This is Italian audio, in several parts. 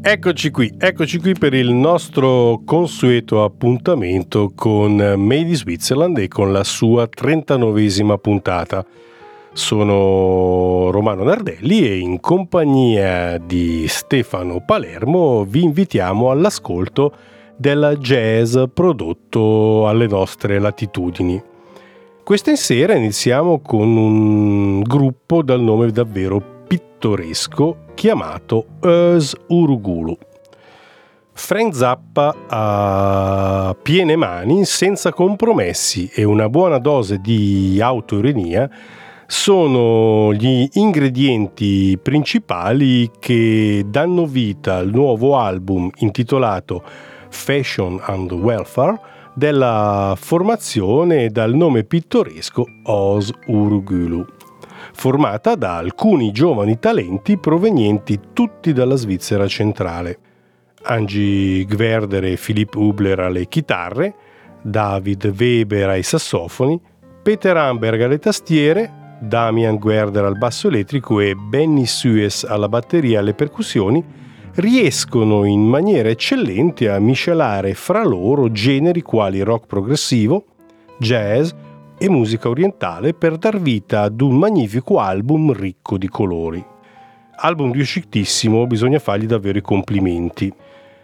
Eccoci qui per il nostro consueto appuntamento con Made in Switzerland e con la sua 39esima puntata. Sono Romano Nardelli e in compagnia di Stefano Palermo vi invitiamo all'ascolto del jazz prodotto alle nostre latitudini. Questa sera iniziamo con un gruppo dal nome davvero pittoresco chiamato Ősz Urugulu. Frank Zappa a piene mani, senza compromessi e una buona dose di autoironia sono gli ingredienti principali che danno vita al nuovo album intitolato Fashion and Welfare della formazione dal nome pittoresco Ősz Urugulu, formata da alcuni giovani talenti provenienti tutti dalla Svizzera centrale. Angie Gwerder e Philipp Hubler alle chitarre, David Weber ai sassofoni, Peter Amberg alle tastiere, Damian Gwerder al basso elettrico e Benny Sues alla batteria e alle percussioni, riescono in maniera eccellente a miscelare fra loro generi quali rock progressivo, jazz e musica orientale per dar vita ad un magnifico album ricco di colori. Album riuscitissimo, bisogna fargli davvero i complimenti.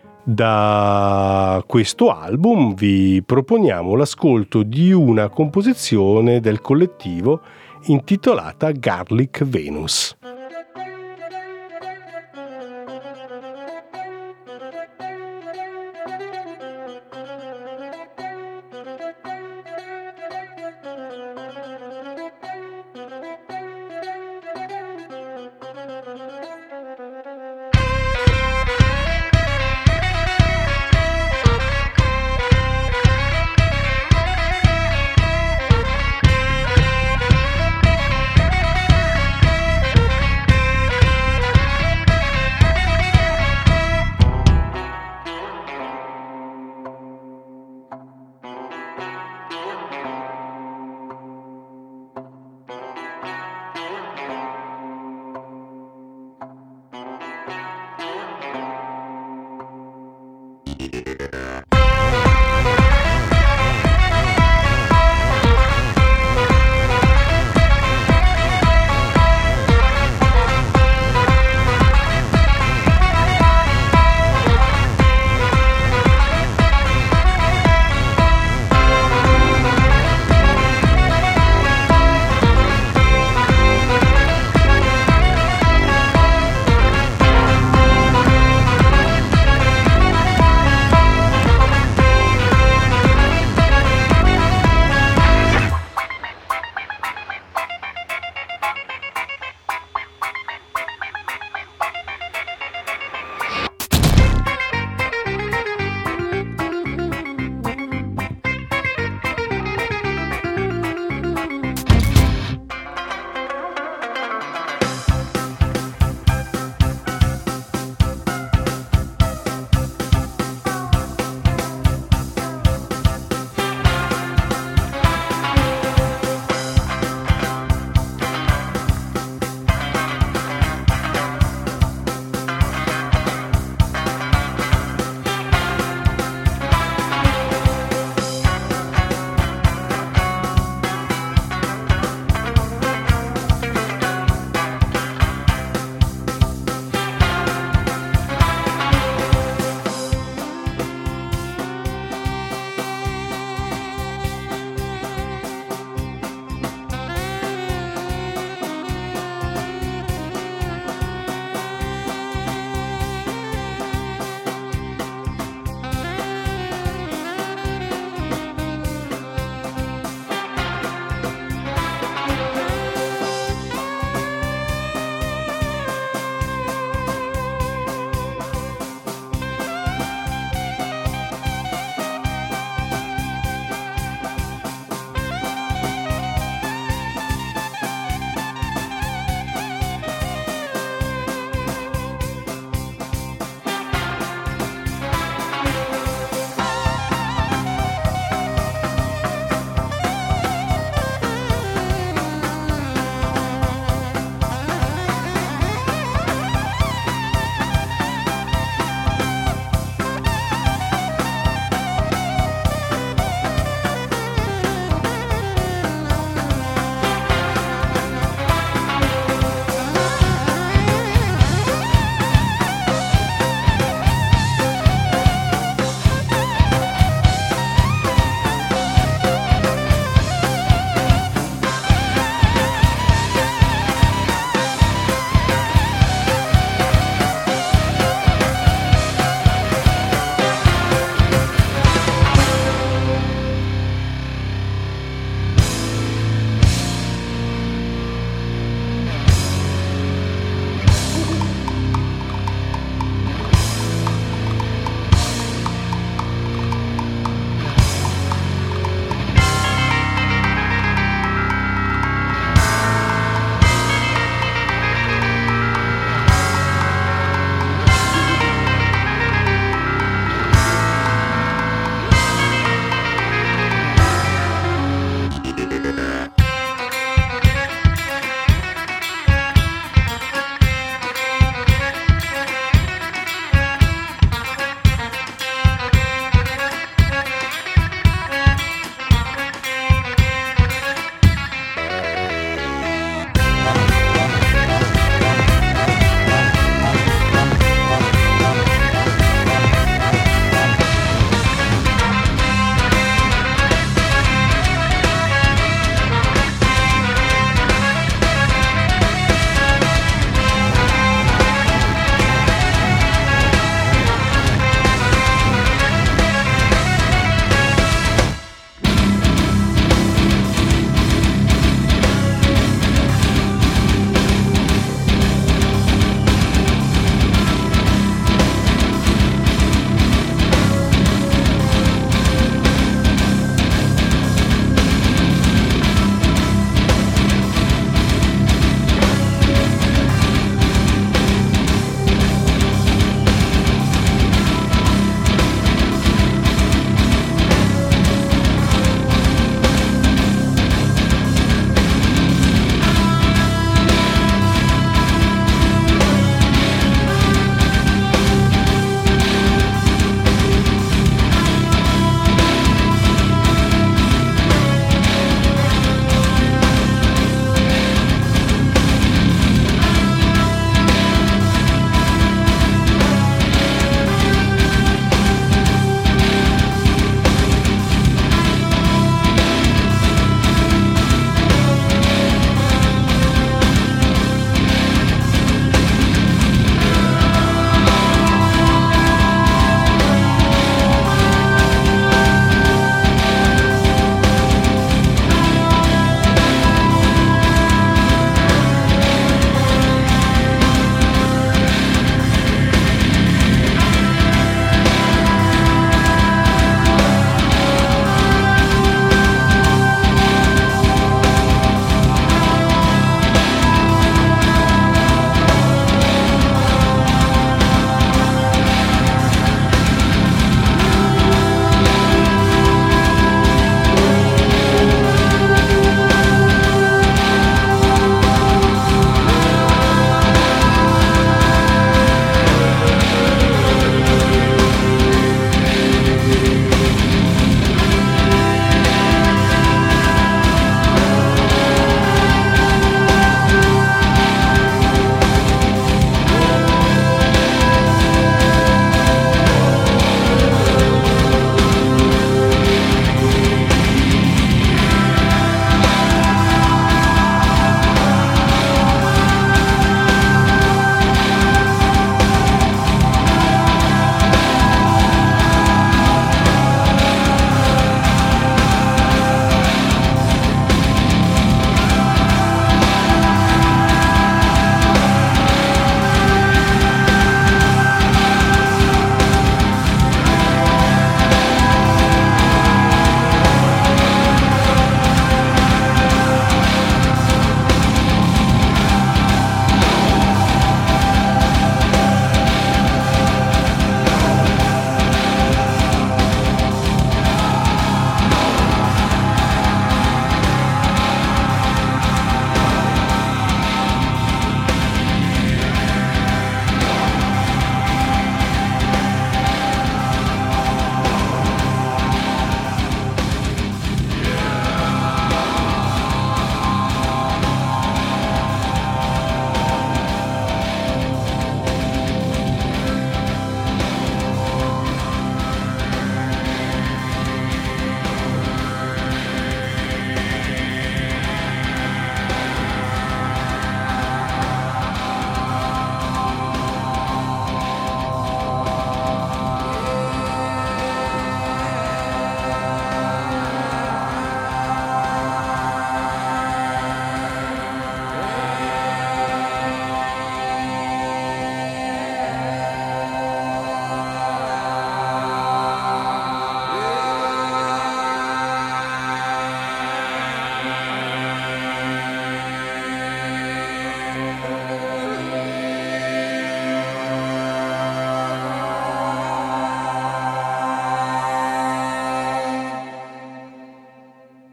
Da questo album vi proponiamo l'ascolto di una composizione del collettivo intitolata Garlic Venus.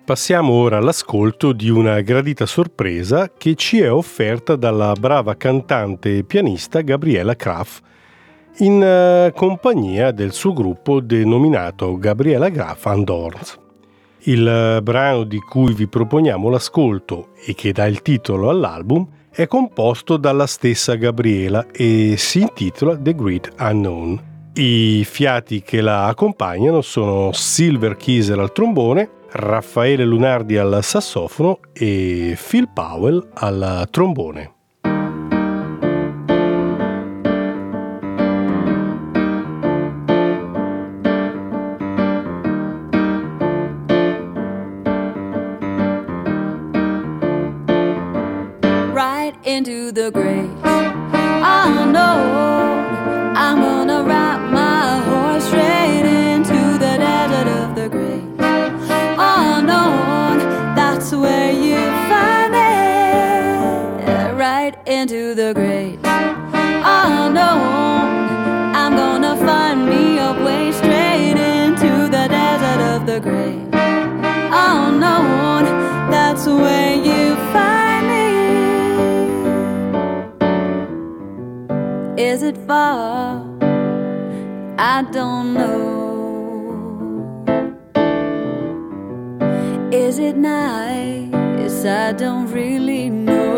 Passiamo ora all'ascolto di una gradita sorpresa che ci è offerta dalla brava cantante e pianista Gabriela Graf in compagnia del suo gruppo denominato Gabriela Graf and Horns. Il brano di cui vi proponiamo l'ascolto e che dà il titolo all'album è composto dalla stessa Gabriela e si intitola The Great Unknown. I fiati che la accompagnano sono Silver Kieser al trombone, Raffaele Lunardi al sassofono e Phil Powell al trombone. Right into the grave. Oh no, I'm gonna ride my horse straight into the desert of the grave. Oh no, that's where you find me, right into the grave. Oh no, I'm gonna find me a way straight into the desert of the grave. Oh no, that's where you find me. Is it far? I don't know. Is it nice? I don't really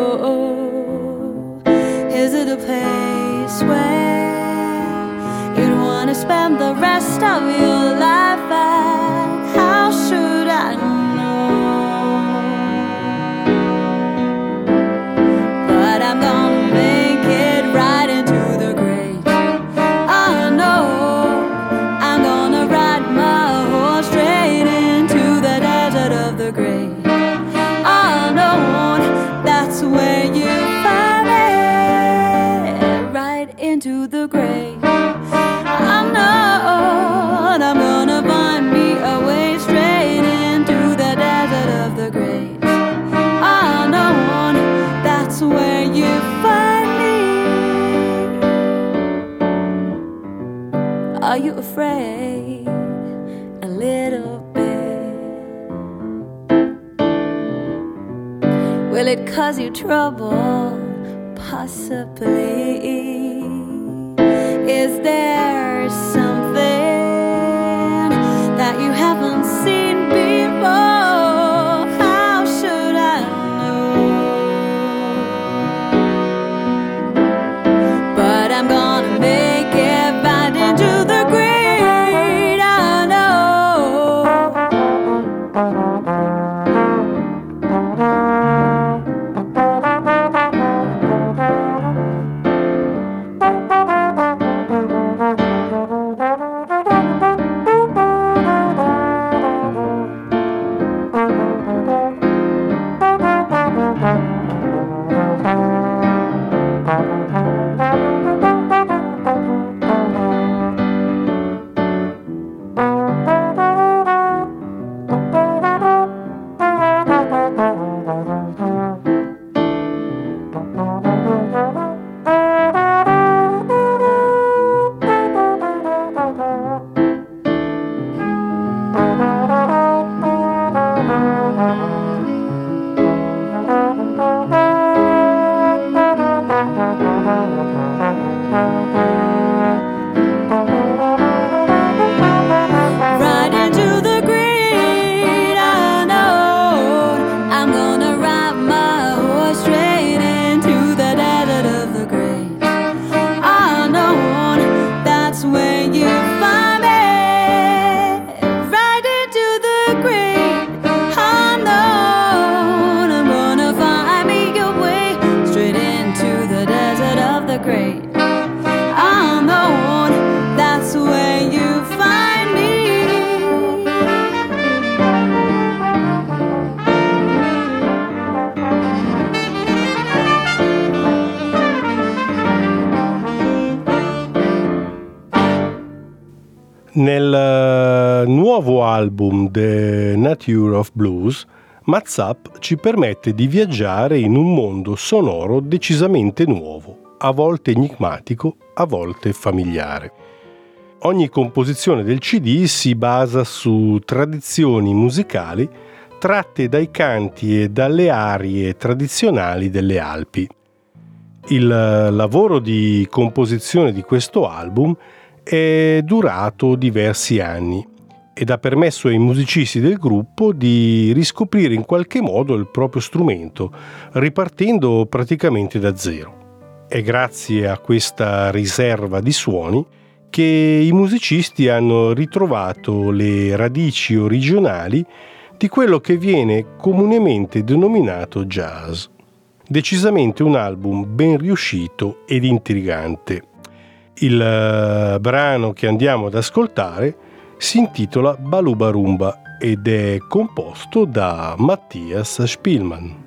know. Is it a place where you'd want to spend the rest of your life at? How should I know? But I'm gonna make it right into the grave. Oh no, I'm gonna ride my horse straight into the desert of the grave. Oh no, that's where you find me, right into the grave. I'm not, I'm gonna find me a way straight into the desert of the grave. Oh no, that's where you find me. Are you afraid? A little bit. Will it cause you trouble? Possibly. Is there something that you haven't seen before? How should I know? But I'm gonna make it right into the grave. I know. Nel nuovo album The Nature of Blues, Matzap ci permette di viaggiare in un mondo sonoro decisamente nuovo, a volte enigmatico, a volte familiare. Ogni composizione del CD si basa su tradizioni musicali tratte dai canti e dalle arie tradizionali delle Alpi. Il lavoro di composizione di questo album è durato diversi anni ed ha permesso ai musicisti del gruppo di riscoprire in qualche modo il proprio strumento, ripartendo praticamente da zero. È grazie a questa riserva di suoni che i musicisti hanno ritrovato le radici originali di quello che viene comunemente denominato jazz. Decisamente un album ben riuscito ed intrigante. Il brano che andiamo ad ascoltare si intitola Baluba Rumba ed è composto da Matthias Spielmann.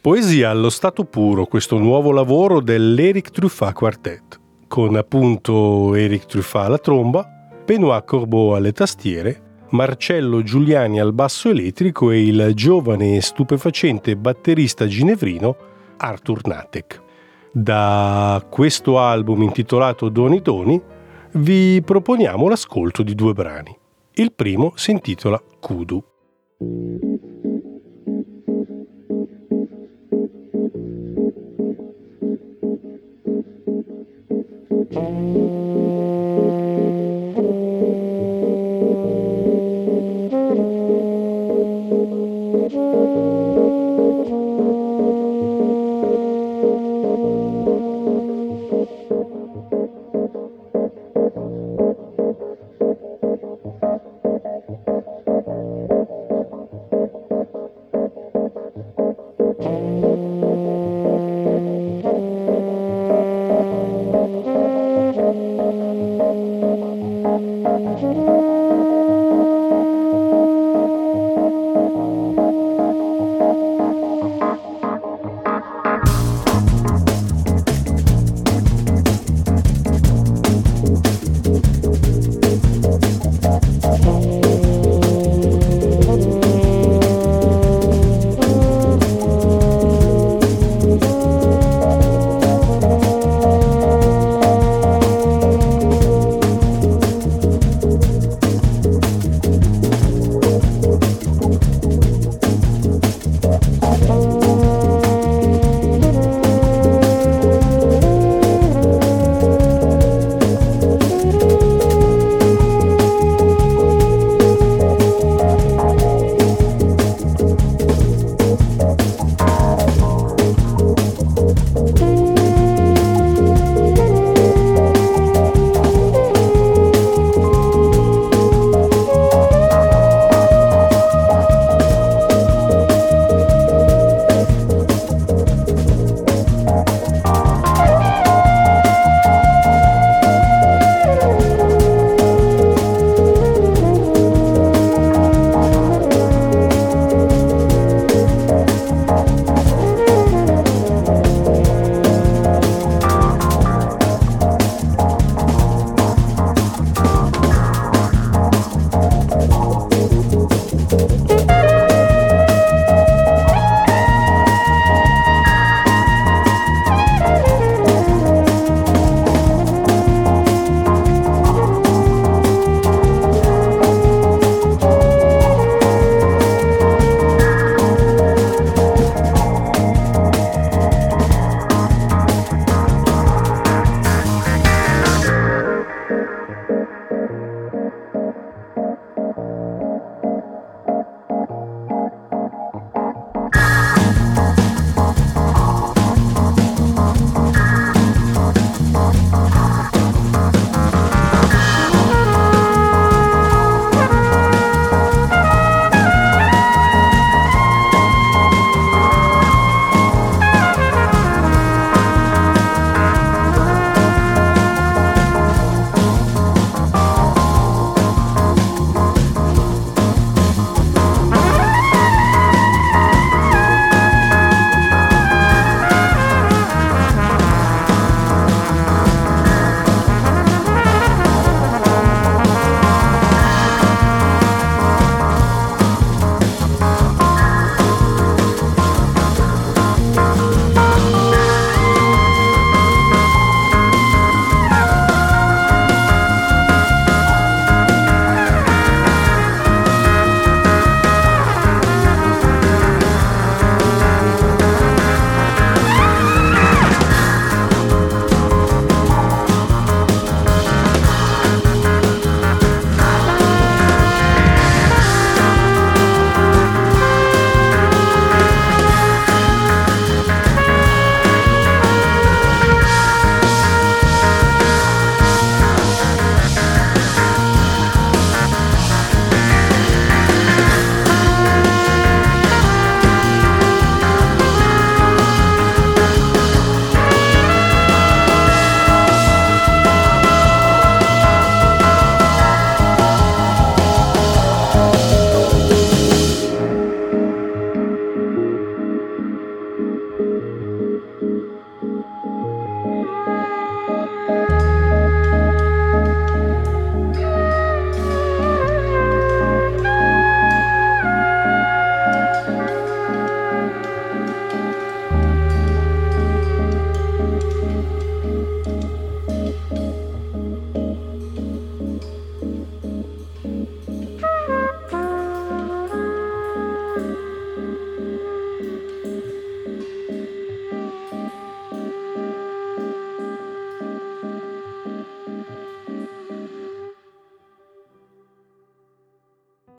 Poesia allo stato puro, questo nuovo lavoro dell'Eric Truffat Quartet, con appunto Eric Truffat alla tromba, Benoît Corbeau alle tastiere, Marcello Giuliani al basso elettrico e il giovane e stupefacente batterista ginevrino Arthur Natek. Da questo album intitolato Doni Doni vi proponiamo l'ascolto di 2 brani. Il primo si intitola Kudu.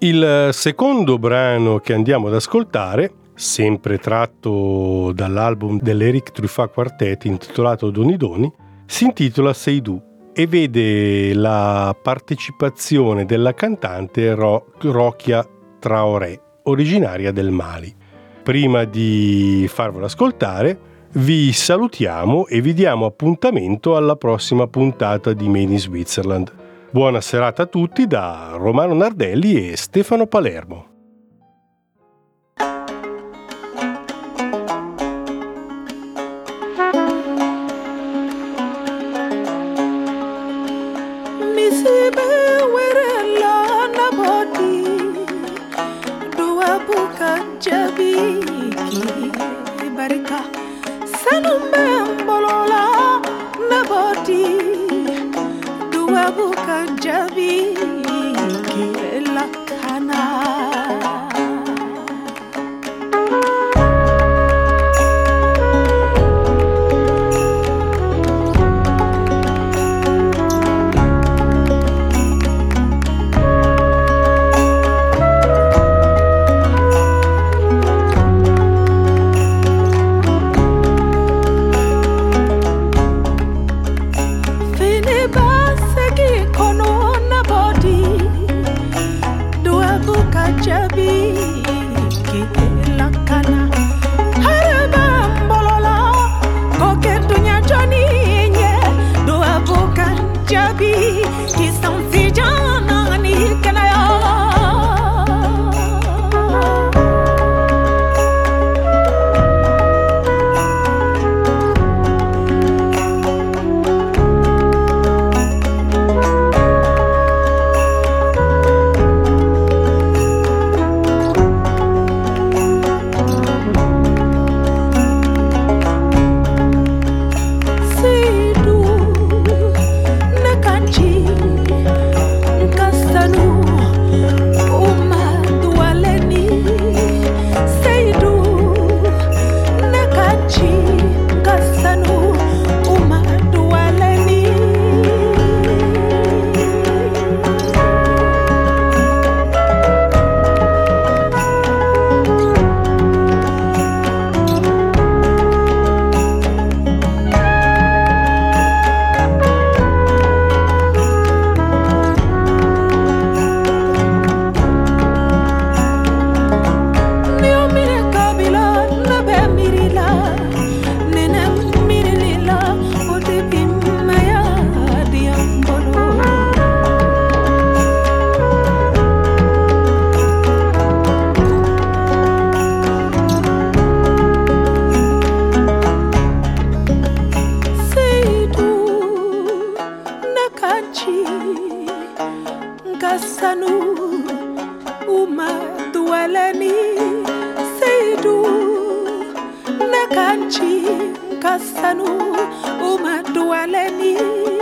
Il secondo brano che andiamo ad ascoltare, sempre tratto dall'album dell'Eric Truffat Quartet intitolato Doni Doni, si intitola Seydou e vede la partecipazione della cantante Rokia Traoré, originaria del Mali. Prima di farvelo ascoltare, vi salutiamo e vi diamo appuntamento alla prossima puntata di Made in Switzerland. Buona serata a tutti da Romano Nardelli e Stefano Palermo. Buka jabi kila kana Kasanu uma dualeni